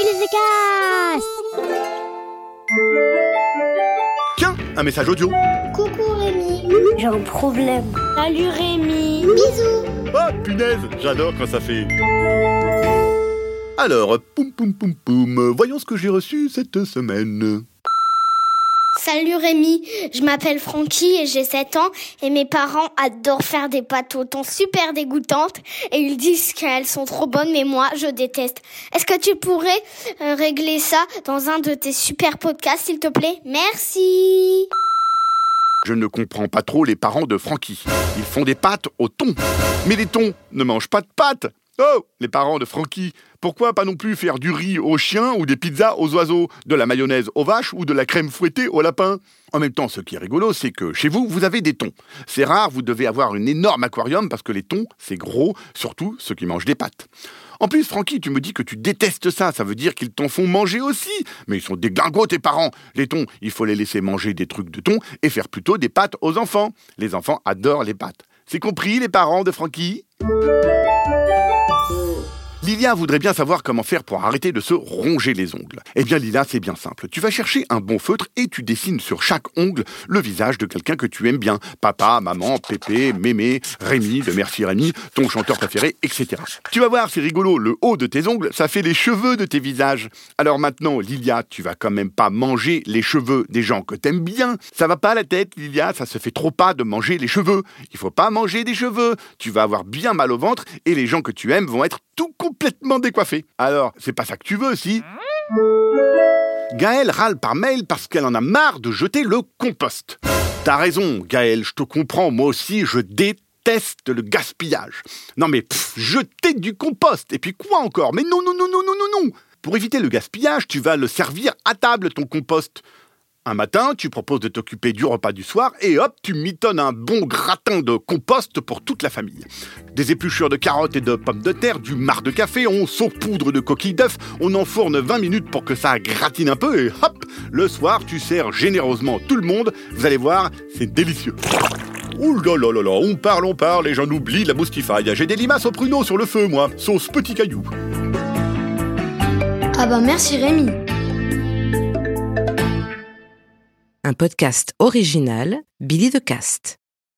Billy the Cast. Tiens, un message audio. Coucou Rémi. J'ai un problème. Salut Rémi. Bisous. Ah, punaise, j'adore quand ça fait... Alors, poum, voyons ce que j'ai reçu cette semaine. Salut Rémi, je m'appelle Francky et j'ai 7 ans et mes parents adorent faire des pâtes au thon super dégoûtantes et ils disent qu'elles sont trop bonnes mais moi je déteste. Est-ce que tu pourrais régler ça dans un de tes super podcasts s'il te plaît? Merci. Je ne comprends pas trop les parents de Francky. Ils font des pâtes au thon. Mais les thons ne mangent pas de pâtes. Oh, les parents de Francky, pourquoi pas non plus faire du riz aux chiens ou des pizzas aux oiseaux, de la mayonnaise aux vaches ou de la crème fouettée aux lapins? En même temps, ce qui est rigolo, c'est que chez vous, vous avez des thons. C'est rare, vous devez avoir un énorme aquarium parce que les thons, c'est gros, surtout ceux qui mangent des pâtes. En plus, Francky, tu me dis que tu détestes ça, ça veut dire qu'ils t'en font manger aussi. Mais ils sont des glingos, tes parents. Les thons, il faut les laisser manger des trucs de thon et faire plutôt des pâtes aux enfants. Les enfants adorent les pâtes. C'est compris, les parents de Francky? Lilia voudrait bien savoir comment faire pour arrêter de se ronger les ongles. Eh bien Lilia, c'est bien simple. Tu vas chercher un bon feutre et tu dessines sur chaque ongle le visage de quelqu'un que tu aimes bien. Papa, maman, Pépé, Mémé, Rémi, de Merci Rémi, ton chanteur préféré, etc. Tu vas voir, c'est rigolo, le haut de tes ongles, ça fait les cheveux de tes visages. Alors maintenant, Lilia, tu vas quand même pas manger les cheveux des gens que t'aimes bien. Ça va pas à la tête, Lilia, ça se fait trop pas de manger les cheveux. Il faut pas manger des cheveux. Tu vas avoir bien mal au ventre et les gens que tu aimes vont être tout complètement décoiffée. Alors, c'est pas ça que tu veux, si? Gaëlle râle par mail parce qu'elle en a marre de jeter le compost. T'as raison, Gaëlle, je te comprends, moi aussi, je déteste le gaspillage. Non mais, jeter du compost, et puis quoi encore? Mais non. Pour éviter le gaspillage, tu vas le servir à table, ton compost. Un matin, tu proposes de t'occuper du repas du soir et hop, tu mitonnes un bon gratin de compost pour toute la famille. Des épluchures de carottes et de pommes de terre, du marc de café, on saupoudre de coquilles d'œufs, on enfourne 20 minutes pour que ça gratine un peu et hop, le soir, tu sers généreusement tout le monde. Vous allez voir, c'est délicieux. Ouh là là là là, on parle et j'en oublie la moustifaille. J'ai des limaces au pruneau sur le feu, moi, sauce petit caillou. Ah bah merci Rémi. Un podcast original, Billy the Cast.